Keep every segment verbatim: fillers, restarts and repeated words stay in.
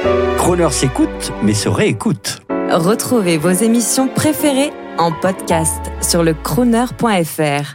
Crooner s'écoute, mais se réécoute. Retrouvez vos émissions préférées en podcast sur le crooner point f r.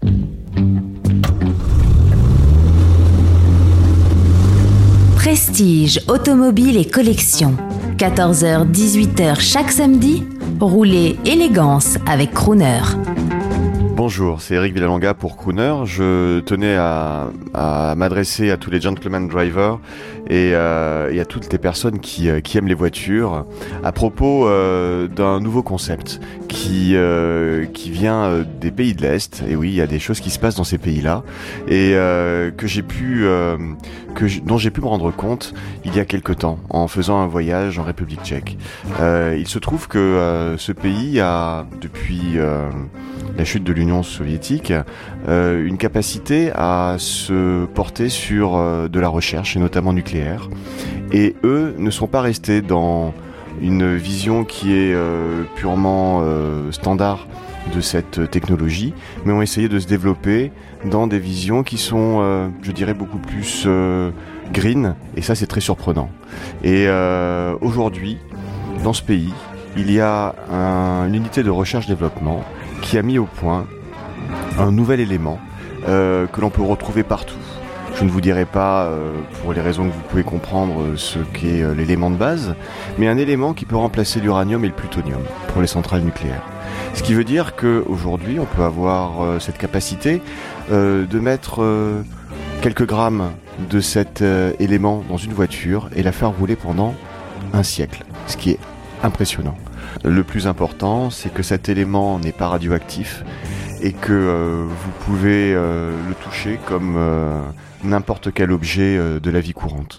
Prestige, automobile et collection. quatorze heures dix-huit heures chaque samedi. Roulez élégance avec Crooner. Bonjour, c'est Eric Villalonga pour Crooner. Je tenais à, à m'adresser à tous les gentlemen drivers et, euh, et à toutes les personnes qui, qui aiment les voitures à propos euh, d'un nouveau concept qui, euh, qui vient des pays de l'Est. Et oui, il y a des choses qui se passent dans ces pays-là et euh, que j'ai pu, euh, que j- dont j'ai pu me rendre compte il y a quelque temps en faisant un voyage en République tchèque. Euh, il se trouve que euh, ce pays a, depuis euh, la chute de l'Union soviétique, euh, une capacité à se porter sur euh, de la recherche, et notamment nucléaire. Et eux ne sont pas restés dans une vision qui est euh, purement euh, standard de cette technologie, mais ont essayé de se développer dans des visions qui sont, euh, je dirais, beaucoup plus euh, green, et ça c'est très surprenant. Et euh, aujourd'hui, dans ce pays, il y a un, une unité de recherche-développement qui a mis au point un nouvel élément euh, que l'on peut retrouver partout. Je ne vous dirai pas, euh, pour les raisons que vous pouvez comprendre, ce qu'est euh, l'élément de base, mais un élément qui peut remplacer l'uranium et le plutonium pour les centrales nucléaires. Ce qui veut dire qu'aujourd'hui, on peut avoir euh, cette capacité euh, de mettre euh, quelques grammes de cet euh, élément dans une voiture et la faire rouler pendant un siècle, ce qui est impressionnant. Le plus important, c'est que cet élément n'est pas radioactif et que euh, vous pouvez euh, le toucher comme euh, n'importe quel objet euh, de la vie courante.